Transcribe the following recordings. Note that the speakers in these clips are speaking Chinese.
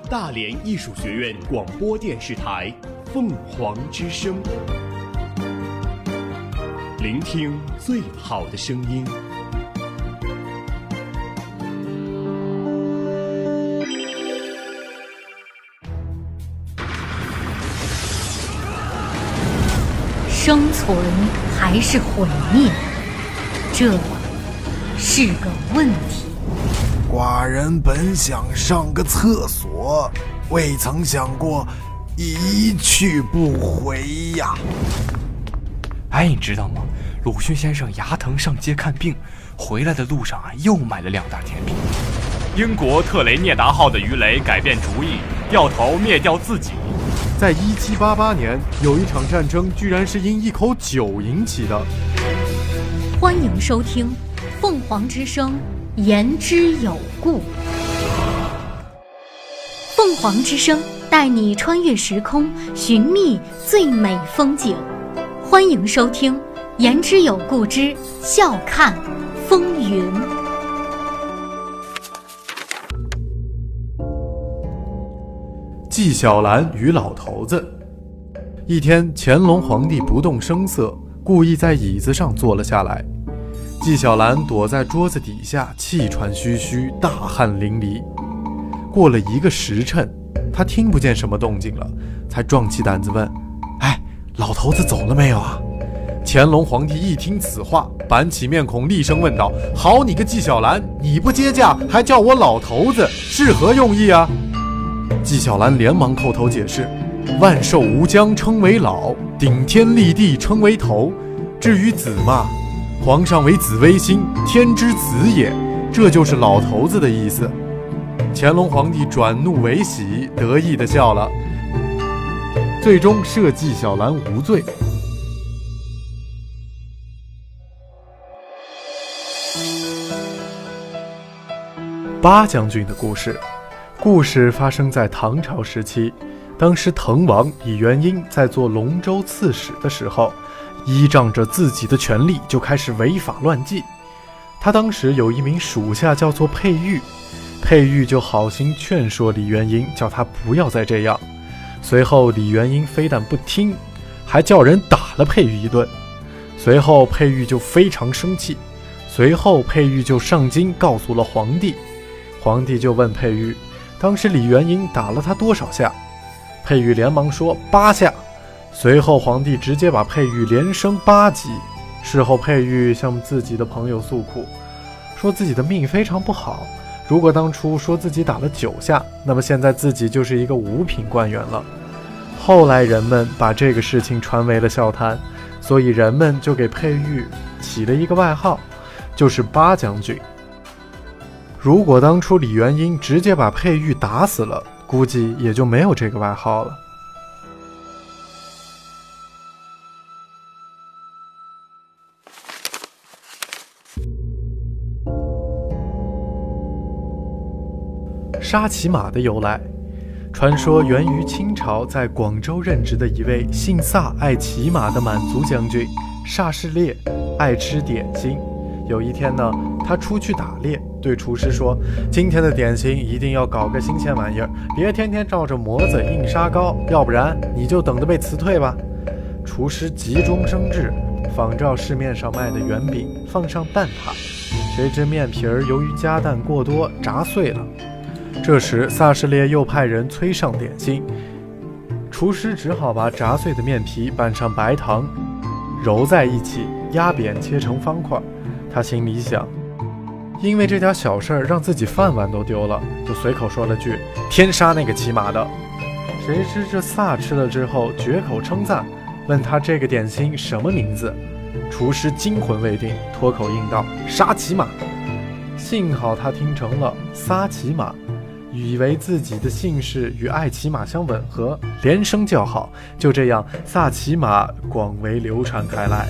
大连艺术学院广播电视台凤凰之声，聆听最好的声音。 生存还是毁灭，这是个问题。 寡人本想上个厕所，未曾想过一去不回呀。 哎，你知道吗？鲁迅先生牙疼上街看病，回来的路上又买了2袋甜品。英国特雷涅达号的鱼雷改变主意，掉头灭掉自己。 在1788年，有一场战争居然是因一口酒引起的。 欢迎收听凤凰之声言之有故。凤凰之声带你穿越时空，寻觅最美风景。欢迎收听言之有故之笑看风云。 纪晓岚与老头子。一天，乾隆皇帝不动声色，故意在椅子上坐了下来。纪晓岚躲在桌子底下，气喘吁吁，大汗淋漓。过了1个时辰，他听不见什么动静了，才壮起胆子问：“哎，老头子走了没有啊？”乾隆皇帝一听此话，板起面孔，厉声问道：“好你个纪晓岚，你不接驾，还叫我老头子，是何用意啊？”纪晓岚连忙叩头解释：“万寿无疆称为老，顶天立地称为头。至于子嘛，皇上为紫微星，天之子也，这就是老头子的意思。”乾隆皇帝转怒为喜，得意地笑了，最终赦纪晓岚无罪。八将军的故事。故事发生在唐朝时期，当时滕王李元英在做龙州刺史的时候，依仗着自己的权力就开始违法乱纪。他当时有一名属下叫做佩玉，佩玉就好心劝说李元英，叫他不要再这样。随后李元英非但不听，还叫人打了佩玉一顿。随后佩玉就非常生气，随后佩玉就上京告诉了皇帝。皇帝就问佩玉，当时李元英打了他多少下？佩玉连忙说8下。随后皇帝直接把佩玉连升8级。事后佩玉向自己的朋友诉苦，说自己的命非常不好，如果当初说自己打了9下，那么现在自己就是一个5品官员了。后来人们把这个事情传为了笑谈，所以人们就给佩玉起了一个外号，就是八将军。如果当初李元英直接把佩玉打死了，估计也就没有这个外号了。沙琪玛的由来，传说源于清朝在广州任职的一位姓萨爱骑马的满族将军沙士烈，爱吃点心。有一天呢，他出去打猎，对厨师说：“今天的点心一定要搞个新鲜玩意儿，别天天照着模子印沙糕，要不然你就等着被辞退吧。”厨师急中生智，仿照市面上卖的圆饼，放上蛋挞，谁知面皮儿由于加蛋过多，炸碎了。这时萨士烈又派人催上点心，厨师只好把炸碎的面皮拌上白糖，揉在一起，压扁切成方块。他心里想，因为这点小事儿让自己饭碗都丢了，就随口说了句：“天杀那个骑马的！”谁知这萨吃了之后绝口称赞，问他这个点心什么名字。厨师惊魂未定，脱口应道：“沙琪玛。”幸好他听成了撒骑马，以为自己的姓氏与爱骑马相吻合，连声叫好。就这样，萨骑马广为流传开来。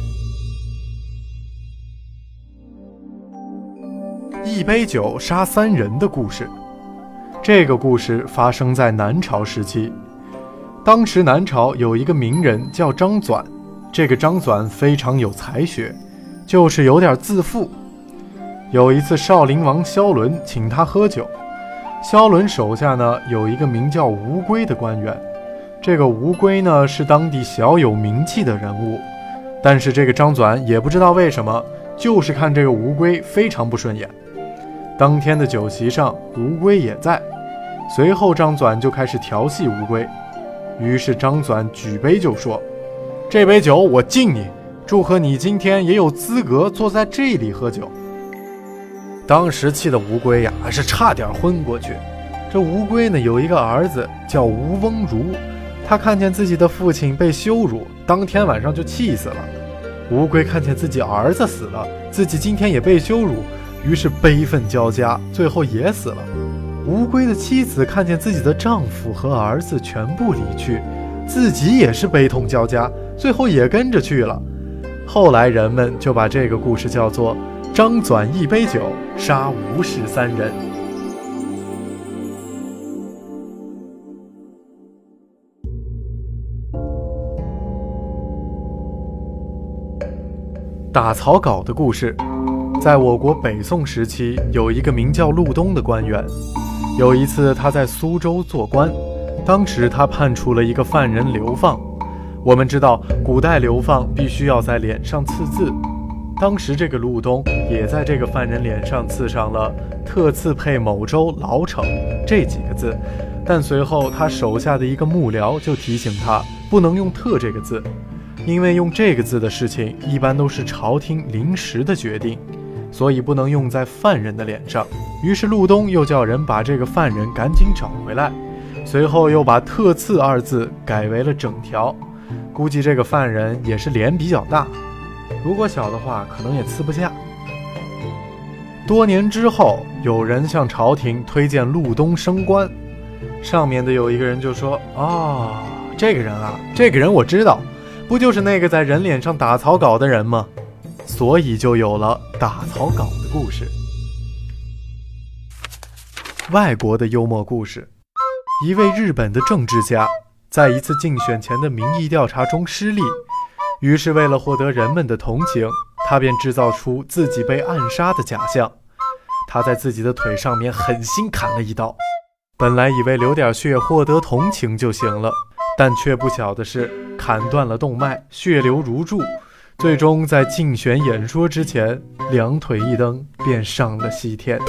一杯酒杀3人的故事。这个故事发生在南朝时期。当时南朝有一个名人叫张纂，这个张纂非常有才学，就是有点自负。有一次少陵王萧伦请他喝酒， 萧伦手下呢有一个名叫吴龟的官员，这个吴龟呢是当地小有名气的人物，但是这个张纂也不知道为什么，就是看这个吴龟非常不顺眼。当天的酒席上，吴龟也在，随后张纂就开始调戏吴龟，于是张纂举杯就说：“这杯酒我敬你，祝贺你今天也有资格坐在这里喝酒。”当时气的吴龟呀，是差点昏过去。这吴龟呢有一个儿子叫吴翁如，他看见自己的父亲被羞辱，当天晚上就气死了。吴龟看见自己儿子死了，自己今天也被羞辱，于是悲愤交加，最后也死了。吴龟的妻子看见自己的丈夫和儿子全部离去，自己也是悲痛交加，最后也跟着去了。后来人们就把这个故事叫做张纂一杯酒杀吴氏3人。打草稿的故事，在我国北宋时期，有一个名叫陆东的官员。有一次他在苏州做官，当时他判处了一个犯人流放。我们知道古代流放必须要在脸上刺字，当时这个陆东也在这个犯人脸上刺上了特赐配某州老惩这几个字，但随后他手下的一个幕僚就提醒他不能用特这个字，因为用这个字的事情一般都是朝廷临时的决定，所以不能用在犯人的脸上。于是陆东又叫人把这个犯人赶紧找回来，随后又把特赐2字改为了整条。估计这个犯人也是脸比较大，如果小的话可能也刺不下。多年之后，有人向朝廷推荐陆东升官，上面的有一个人就说：“这个人啊，这个人我知道，不就是那个在人脸上打草稿的人吗？”所以就有了打草稿的故事。外国的幽默故事，一位日本的政治家在一次竞选前的民意调查中失利，于是为了获得人们的同情，他便制造出自己被暗杀的假象。他在自己的腿上面狠心砍了一刀，本来以为流点血获得同情就行了，但却不晓的是砍断了动脉，血流如注，最终在竞选演说之前2腿一蹬便上了西天。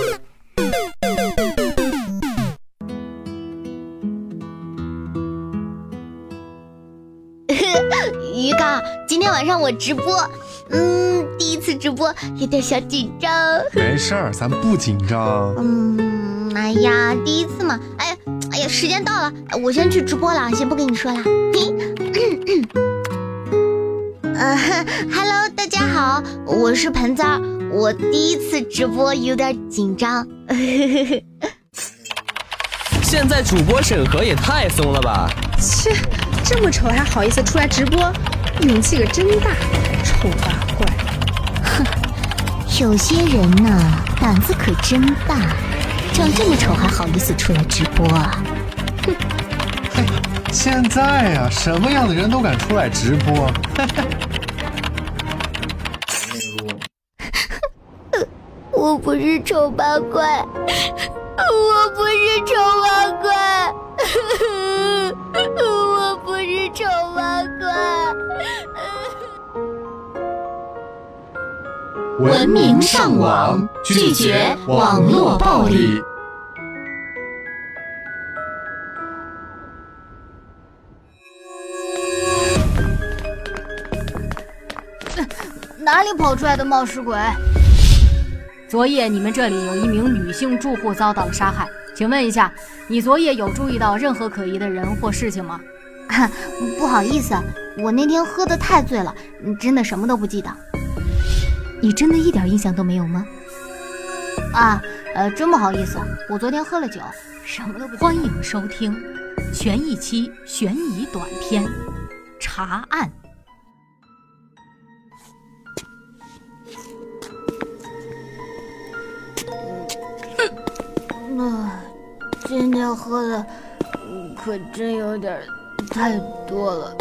鱼哥，今天晚上我直播，第一次直播有点小紧张。 没事儿，咱不紧张。 哎呀，第一次嘛，哎呀，时间到了，我先去直播了，先不跟你说了。Hello， 大家好，我是盆栽，我第一次直播有点紧张。 现在主播审核也太松了吧？ 切，这么丑还好意思出来直播，勇气可真大，丑八怪。 哼，有些人呢，胆子可真大，长这么丑还好意思出来直播啊？ 哼，嘿，现在啊，什么样的人都敢出来直播。 我不是丑八怪，我不是丑八怪，我不是丑八怪。 文明上网，拒绝网络暴力。 哪里跑出来的冒失鬼？昨夜你们这里有一名女性住户遭到了杀害，请问一下，你昨夜有注意到任何可疑的人或事情吗？ 不好意思，我那天喝得太醉了，真的什么都不记得。 你真的一点印象都没有吗？ 真不好意思，我昨天喝了酒，什么都不记得。 欢迎收听全一期悬疑短篇《查案》。 今天喝的可真有点太多了。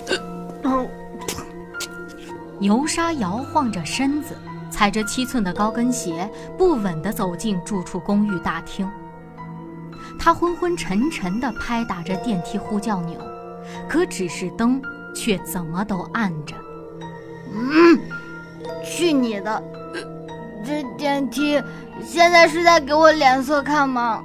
尤莎摇晃着身子，踩着7寸的高跟鞋，不稳地走进住处公寓大厅。 他昏昏沉沉地拍打着电梯呼叫钮，可指示灯却怎么都暗着。 去你的！这电梯现在是在给我脸色看吗？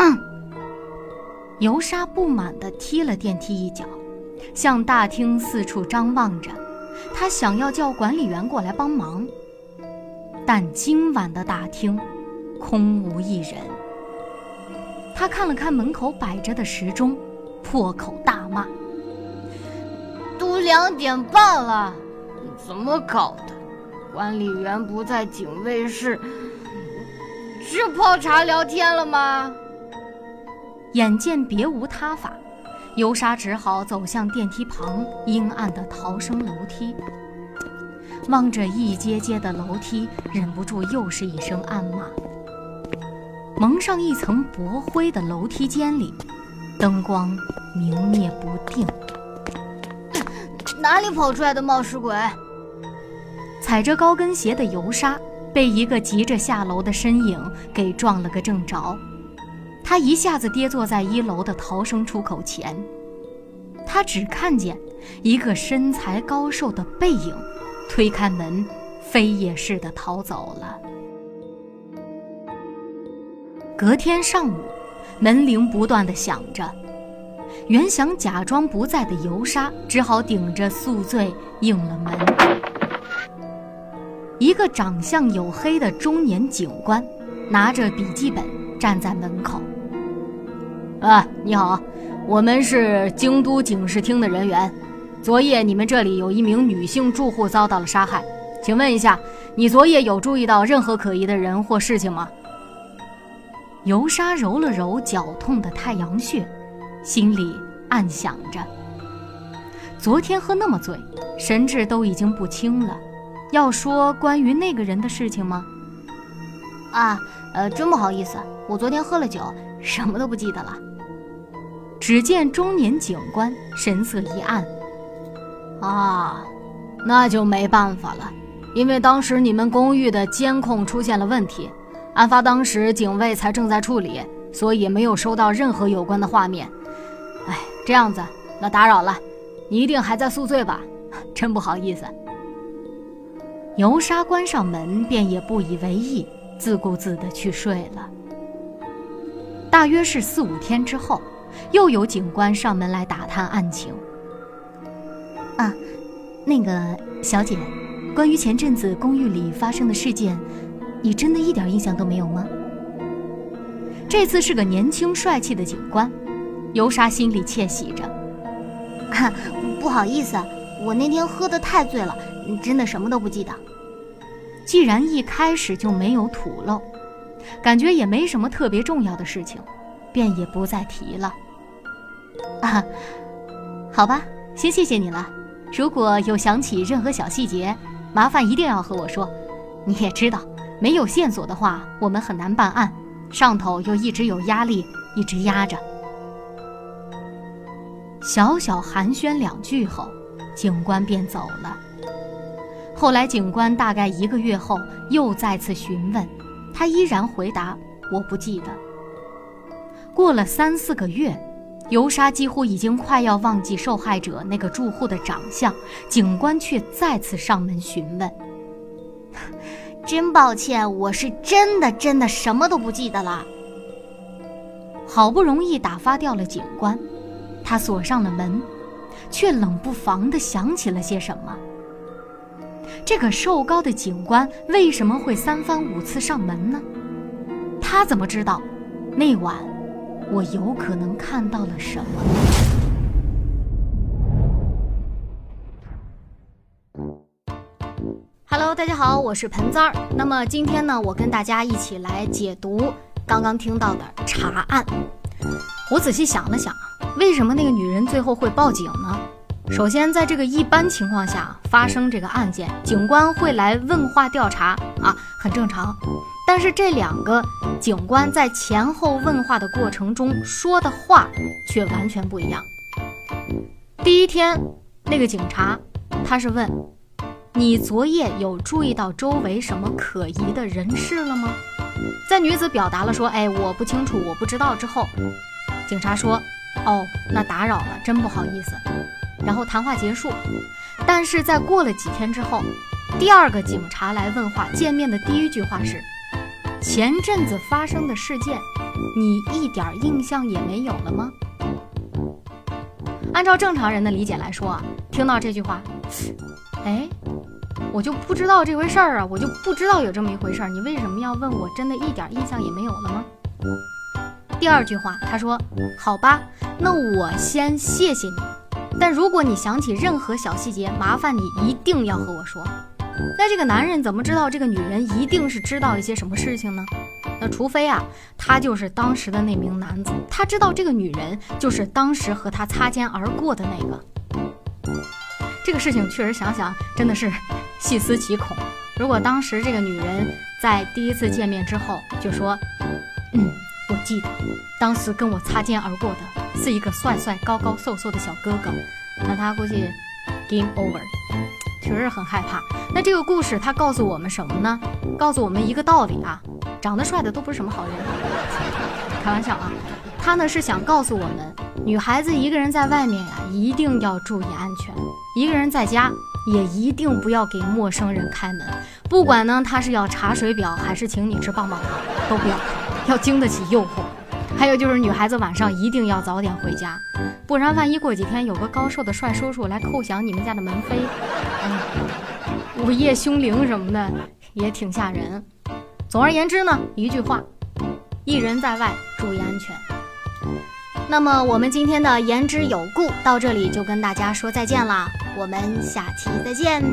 尤莎不满地踢了电梯一脚，向大厅四处张望着。他想要叫管理员过来帮忙，但今晚的大厅空无一人。他看了看门口摆着的时钟，破口大骂： 都2点半了，怎么搞的？管理员不在警卫室，去泡茶聊天了吗？ 眼见别无他法，尤莎只好走向电梯旁阴暗的逃生楼梯。望着一阶阶的楼梯，忍不住又是一声暗骂。蒙上一层薄灰的楼梯间里，灯光明灭不定。 哪里跑出来的冒失鬼？ 踩着高跟鞋的尤莎被一个急着下楼的身影给撞了个正着，他一下子跌坐在1楼的逃生出口前。他只看见一个身材高瘦的背影推开门，飞也似的逃走了。隔天上午，门铃不断地响着，原想假装不在的尤莎只好顶着宿醉应了门。一个长相黝黑的中年警官拿着笔记本站在门口。 你好，我们是京都警视厅的人员，昨夜你们这里有一名女性住户遭到了杀害，请问一下，你昨夜有注意到任何可疑的人或事情吗？尤莎揉了揉绞痛的太阳穴，心里暗想着，昨天喝那么醉，神志都已经不清了，要说关于那个人的事情吗？ 真不好意思，我昨天喝了酒，什么都不记得了。 只见中年警官神色一暗， 那就没办法了，因为当时你们公寓的监控出现了问题，案发当时警卫才正在处理，所以没有收到任何有关的画面。这样子，那打扰了，你一定还在宿醉吧？真不好意思。 尤莎关上门便也不以为意，自顾自地去睡了。大约是4、5天之后，又有警官上门来打探案情。那个小姐，关于前阵子公寓里发生的事件，你真的一点印象都没有吗？这次是个年轻帅气的警官，尤莎心里窃喜着。 不好意思，我那天喝得太醉了，真的什么都不记得。 既然一开始就没有吐露，感觉也没什么特别重要的事情，便也不再提了。好吧，先谢谢你了。如果有想起任何小细节，麻烦一定要和我说。你也知道，没有线索的话，我们很难办案，上头又一直有压力，一直压着。小小寒暄2句后，警官便走了。后来警官大概1个月后又再次询问，他依然回答我不记得。过了3、4个月，尤莎几乎已经快要忘记受害者那个住户的长相，警官却再次上门询问。 真抱歉，我是真的什么都不记得了。 好不容易打发掉了警官，他锁上了门，却冷不防地想起了些什么。这个瘦高的警官为什么会3番5次上门呢？他怎么知道那晚我有可能看到了什么？Hello， 大家好，我是盆子儿。那么今天呢，我跟大家一起来解读刚刚听到的查案。我仔细想了想，为什么那个女人最后会报警呢？首先，在这个一般情况下发生这个案件，警官会来问话调查很正常。但是这2个警官在前后问话的过程中说的话却完全不一样。第一天，那个警察他是问，你昨夜有注意到周围什么可疑的人士了吗？ 在女子表达了说我不清楚我不知道之后，警察说哦那打扰了，真不好意思，然后谈话结束。但是在过了几天之后，第二个警察来问话，见面的第一句话是前阵子发生的事件你一点印象也没有了吗？按照正常人的理解来说啊，听到这句话我就不知道这回事儿啊，我就不知道有这么一回事儿，你为什么要问我？真的一点印象也没有了吗？第二句话他说好吧，那我先谢谢你，但如果你想起任何小细节，麻烦你一定要和我说。那这个男人怎么知道这个女人一定是知道一些什么事情呢？那除非啊，他就是当时的那名男子，他知道这个女人就是当时和他擦肩而过的那个。这个事情确实想想真的是细思极恐。如果当时这个女人在第一次见面之后就说我记得当时跟我擦肩而过的是一个帅帅高高瘦瘦的小哥哥，那他估计 game over， 确实很害怕。那这个故事它告诉我们什么呢？告诉我们一个道理啊，长得帅的都不是什么好人。开玩笑啊，他呢是想告诉我们，女孩子一个人在外面啊，一定要注意安全，一个人在家也一定不要给陌生人开门，不管呢他是要查水表还是请你吃棒棒糖，都不要经得起诱惑。还有就是女孩子晚上一定要早点回家，不然万一过几天有个高瘦的帅叔叔来叩响你们家的门扉，午夜凶铃什么的也挺吓人。总而言之呢，一句话，一人在外注意安全。那么我们今天的言之有故到这里就跟大家说再见啦，我们下期再见。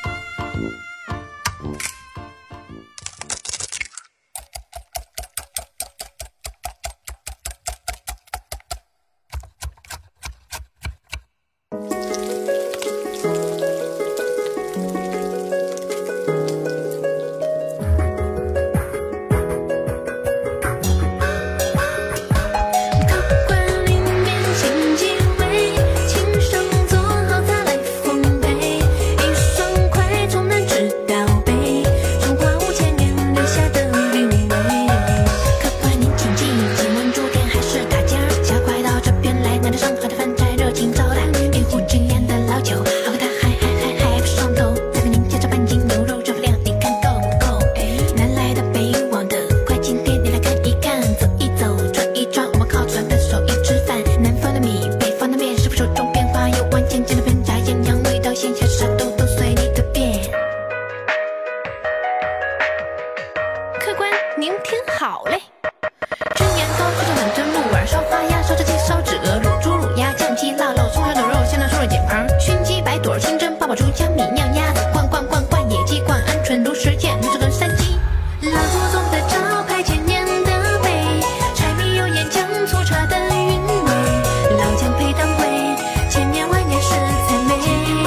您听好嘞！蒸年糕、烤肉、冷蒸鹿耳、烧花鸭、烧炸鸡、烧纸鹅、卤猪、卤鸭、酱鸡、腊肉、葱烧牛肉、香辣瘦肉、碱盆、熏鸡、白肚、清蒸、八宝猪、江米、酿鸭子、灌野鸡、灌鹌鹑、卤什剑、卤这炖山鸡。老祖宗的招牌，千年的碑，柴米油盐酱醋茶的韵味，老姜配当归，千年万年是才美。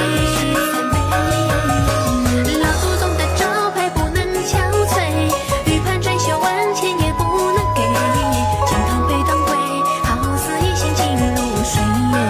老祖宗的招牌不能憔悴，玉盘摘袖万千也不能给，清汤配当归，好似一线进入水。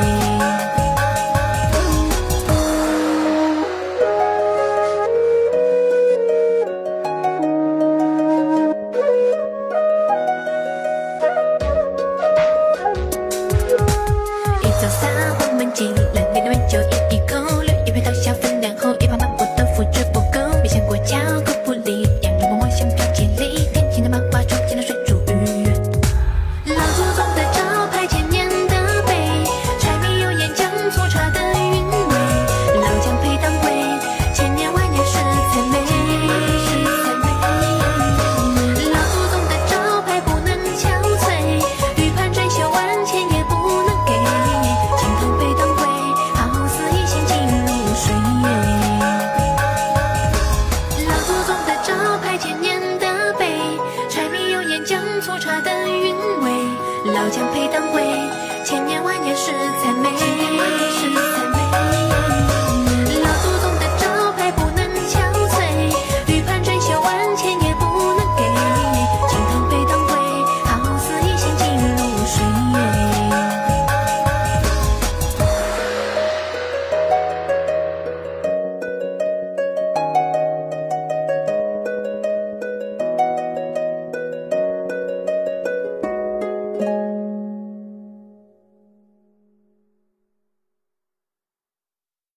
一早撒黄焖鸡，冷里的焖酒一口，绿一片刀削分量厚，一盘麻婆豆腐汁不够，没想过嚼口不离，羊肉馍香飘几粒，天晴的麻花出现了水煮鱼。老祖宗的招牌，千年的碑，柴米油盐酱醋茶的韵味，老姜配当归，千年万年是才美。老祖宗的招牌不能憔悴，玉盘摘袖万千也不能给，清汤配当归，好似一线进入水。老祖宗的招牌，千年的碑，柴米油盐酱醋茶的韵味，老姜配当归，千年万年是才美。